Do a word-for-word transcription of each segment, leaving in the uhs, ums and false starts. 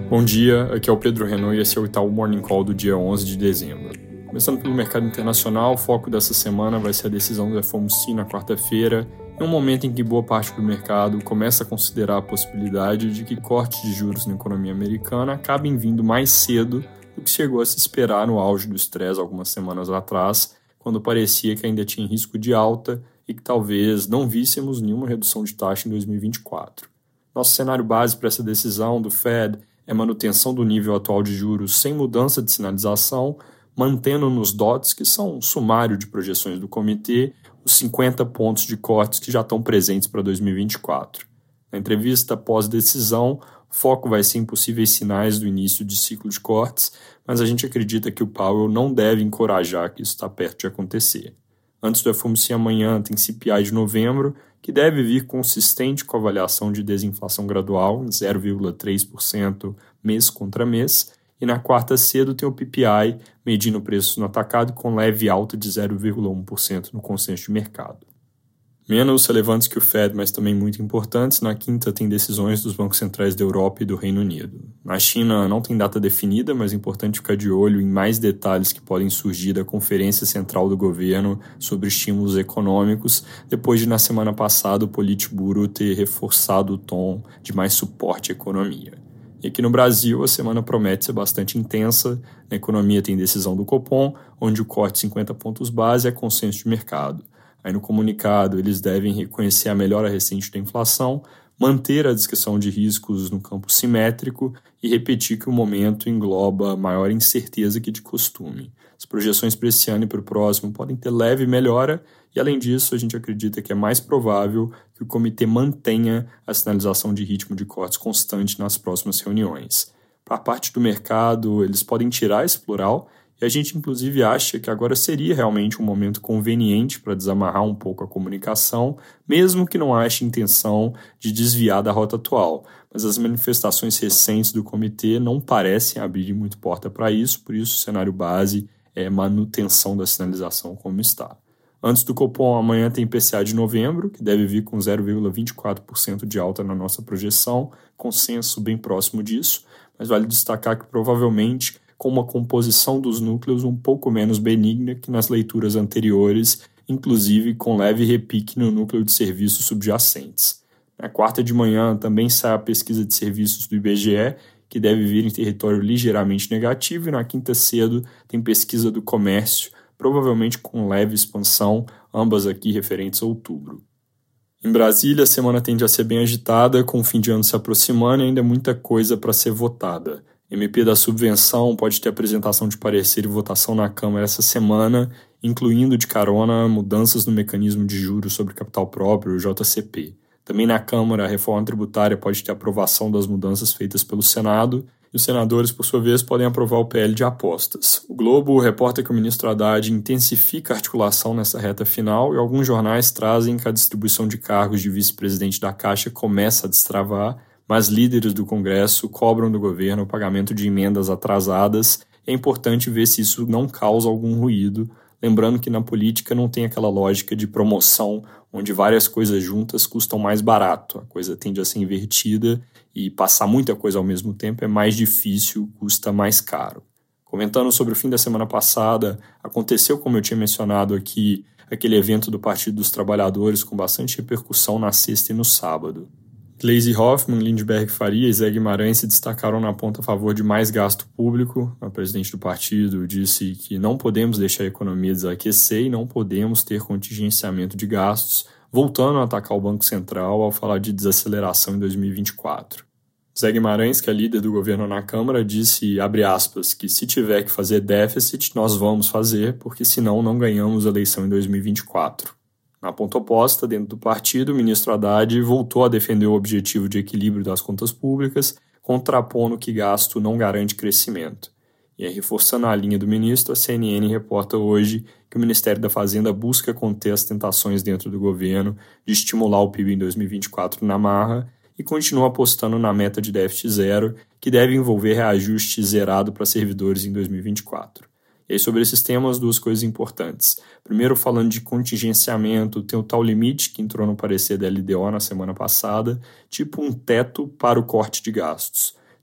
Bom dia, aqui é o Pedro Renault e esse é o Itaú Morning Call do dia onze de dezembro. Começando pelo mercado internacional, o foco dessa semana vai ser a decisão do F O M C na quarta-feira, em um momento em que boa parte do mercado começa a considerar a possibilidade de que cortes de juros na economia americana acabem vindo mais cedo do que chegou a se esperar no auge do estresse algumas semanas atrás, quando parecia que ainda tinha risco de alta e que talvez não víssemos nenhuma redução de taxa em dois mil e vinte e quatro. Nosso cenário base para essa decisão do Fed é manutenção do nível atual de juros sem mudança de sinalização, mantendo nos dots, que são um sumário de projeções do comitê, os cinquenta pontos de cortes que já estão presentes para dois mil e vinte e quatro. Na entrevista pós-decisão, o foco vai ser em possíveis sinais do início de ciclo de cortes, mas a gente acredita que o Powell não deve encorajar que isso está perto de acontecer. Antes do F O M C amanhã tem C P I de novembro, que deve vir consistente com a avaliação de desinflação gradual em zero vírgula três por cento mês contra mês, e na quarta cedo tem o P P I medindo preços no atacado com leve alta de zero vírgula um por cento no consenso de mercado. Menos relevantes que o Fed, mas também muito importantes, na quinta tem decisões dos bancos centrais da Europa e do Reino Unido. Na China não tem data definida, mas é importante ficar de olho em mais detalhes que podem surgir da Conferência Central do Governo sobre estímulos econômicos, depois de na semana passada o Politburo ter reforçado o tom de mais suporte à economia. E aqui no Brasil, a semana promete ser bastante intensa. Na economia tem decisão do Copom, onde o corte de cinquenta pontos base é consenso de mercado. Aí no comunicado, eles devem reconhecer a melhora recente da inflação, manter a descrição de riscos no campo simétrico e repetir que o momento engloba maior incerteza que de costume. As projeções para esse ano e para o próximo podem ter leve melhora e, além disso, a gente acredita que é mais provável que o comitê mantenha a sinalização de ritmo de cortes constante nas próximas reuniões. Para a parte do mercado, eles podem tirar esse plural e a gente, inclusive, acha que agora seria realmente um momento conveniente para desamarrar um pouco a comunicação, mesmo que não ache intenção de desviar da rota atual. Mas as manifestações recentes do comitê não parecem abrir muito porta para isso, por isso o cenário base é manutenção da sinalização como está. Antes do Copom, amanhã tem P C A de novembro, que deve vir com zero vírgula vinte e quatro por cento de alta na nossa projeção, consenso bem próximo disso, mas vale destacar que provavelmente com uma composição dos núcleos um pouco menos benigna que nas leituras anteriores, inclusive com leve repique no núcleo de serviços subjacentes. Na quarta de manhã também sai a pesquisa de serviços do I B G E, que deve vir em território ligeiramente negativo, e na quinta cedo tem pesquisa do comércio, provavelmente com leve expansão, ambas aqui referentes a outubro. Em Brasília, a semana tende a ser bem agitada, com o fim de ano se aproximando e ainda muita coisa para ser votada. M P da subvenção pode ter apresentação de parecer e votação na Câmara essa semana, incluindo de carona mudanças no mecanismo de juros sobre capital próprio, o J C P. Também na Câmara, a reforma tributária pode ter aprovação das mudanças feitas pelo Senado, e os senadores, por sua vez, podem aprovar o P L de apostas. O Globo reporta que o ministro Haddad intensifica a articulação nessa reta final e alguns jornais trazem que a distribuição de cargos de vice-presidente da Caixa começa a destravar, mas líderes do Congresso cobram do governo o pagamento de emendas atrasadas. É importante ver se isso não causa algum ruído, lembrando que na política não tem aquela lógica de promoção, onde várias coisas juntas custam mais barato. A coisa tende a ser invertida e passar muita coisa ao mesmo tempo é mais difícil, custa mais caro. Comentando sobre o fim da semana passada, aconteceu, como eu tinha mencionado aqui, aquele evento do Partido dos Trabalhadores com bastante repercussão na sexta e no sábado. Gleisi Hoffmann, Lindbergh Faria e Zé Guimarães se destacaram na ponta a favor de mais gasto público. A presidente do partido disse que não podemos deixar a economia desaquecer e não podemos ter contingenciamento de gastos, voltando a atacar o Banco Central ao falar de desaceleração em dois mil e vinte e quatro. Zé Guimarães, que é líder do governo na Câmara, disse, abre aspas, que se tiver que fazer déficit, nós vamos fazer, porque senão não ganhamos a eleição em dois mil e vinte e quatro. Na ponta oposta, dentro do partido, o ministro Haddad voltou a defender o objetivo de equilíbrio das contas públicas, contrapondo que gasto não garante crescimento. E aí, reforçando a linha do ministro, a C N N reporta hoje que o Ministério da Fazenda busca conter as tentações dentro do governo de estimular o P I B em dois mil e vinte e quatro na marra e continua apostando na meta de déficit zero, que deve envolver reajuste zerado para servidores em dois mil e vinte e quatro. E aí, sobre esses temas, duas coisas importantes. Primeiro, falando de contingenciamento, tem o tal limite que entrou no parecer da L D O na semana passada, tipo um teto para o corte de gastos.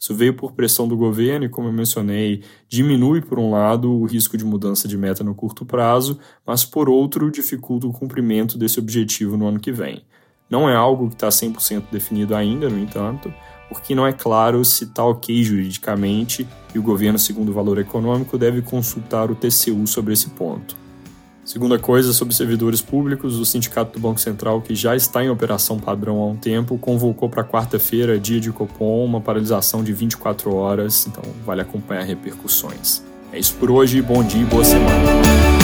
Isso veio por pressão do governo e, como eu mencionei, diminui, por um lado, o risco de mudança de meta no curto prazo, mas, por outro, dificulta o cumprimento desse objetivo no ano que vem. Não é algo que está cem por cento definido ainda, no entanto, porque não é claro se está ok juridicamente e o governo, segundo o Valor Econômico, deve consultar o T C U sobre esse ponto. Segunda coisa, sobre servidores públicos, o Sindicato do Banco Central, que já está em operação padrão há um tempo, convocou para quarta-feira, dia de Copom, uma paralisação de vinte e quatro horas, então vale acompanhar repercussões. É isso por hoje, bom dia e boa semana.